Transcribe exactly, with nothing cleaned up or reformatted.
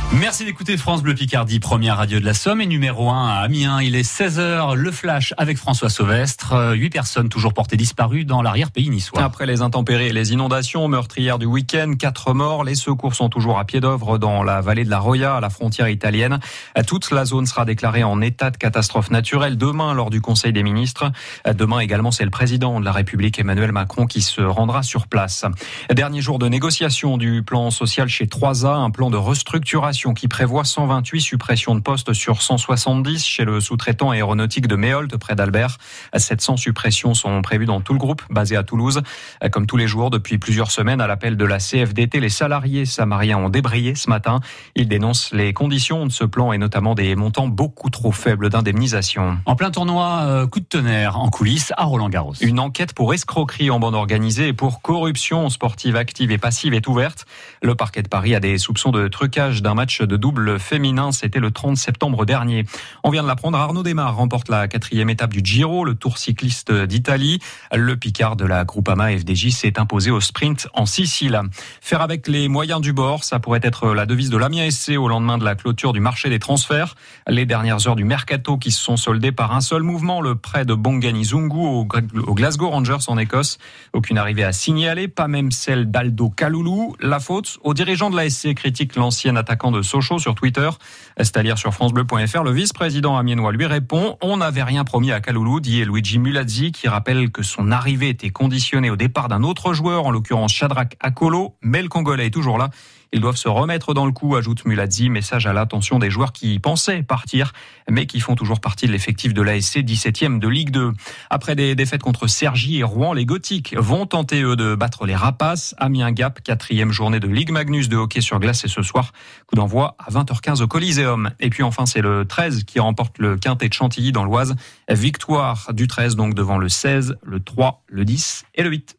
Merci d'écouter France Bleu Picardie, première radio de la Somme et numéro un à Amiens. Il est seize heures, le flash avec François Sauvestre. Huit personnes toujours portées disparues dans l'arrière-pays niçois. Après les intempéries et les inondations meurtrières du week-end, quatre morts. Les secours sont toujours à pied d'œuvre dans la vallée de la Roya, à la frontière italienne. Toute la zone sera déclarée en état de catastrophe naturelle demain lors du Conseil des ministres. Demain également, c'est le président de la République, Emmanuel Macron, qui se rendra sur place. Dernier jour de négociation du plan social chez trois A, un plan de restructuration qui prévoit cent vingt-huit suppressions de postes sur cent soixante-dix chez le sous-traitant aéronautique de Méholt près d'Albert. sept cents suppressions sont prévues dans tout le groupe basé à Toulouse. Comme tous les jours depuis plusieurs semaines, à l'appel de la C F D T, les salariés samariens ont débrayé ce matin. Ils dénoncent les conditions de ce plan et notamment des montants beaucoup trop faibles d'indemnisation. En plein tournoi, euh, coup de tonnerre en coulisses à Roland-Garros. Une enquête pour escroquerie en bande organisée et pour corruption sportive active et passive est ouverte. Le parquet de Paris a des soupçons de trucage d'un match de double féminin, c'était le trente septembre dernier. On vient de l'apprendre, Arnaud Démare remporte la quatrième étape du Giro, le Tour cycliste d'Italie. Le Picard de la Groupama F D J s'est imposé au sprint en Sicile. Faire avec les moyens du bord, ça pourrait être la devise de l'Amiens S C au lendemain de la clôture du marché des transferts. Les dernières heures du mercato qui se sont soldées par un seul mouvement, le prêt de Bongani Zungu au Glasgow Rangers en Écosse. Aucune arrivée à signaler, pas même celle d'Aldo Kaloulou. La faute aux dirigeants de la S C, critique l'ancien attaquant de Sochaux sur Twitter. C'est à lire sur francebleu point f r. Le vice-président amiénois lui répond « On n'avait rien promis à Kaloulou », dit Luigi Mulazzi, qui rappelle que son arrivée était conditionnée au départ d'un autre joueur, en l'occurrence Shadrack Akolo, mais le Congolais est toujours là. Ils doivent se remettre dans le coup, ajoute Mulazzi. Message à l'attention des joueurs qui pensaient partir, mais qui font toujours partie de l'effectif de l'A S C, dix-septième de Ligue deux. Après des défaites contre Cergy et Rouen, les Gothiques vont tenter, eux, de battre les Rapaces. Amiens-Gap, quatrième journée de Ligue Magnus de hockey sur glace, et ce soir, coup d'envoi à vingt heures quinze au Coliseum. Et puis enfin, c'est le treize qui remporte le Quintet de Chantilly dans l'Oise. Victoire du treize, donc devant le seize, le trois, le dix et le huit.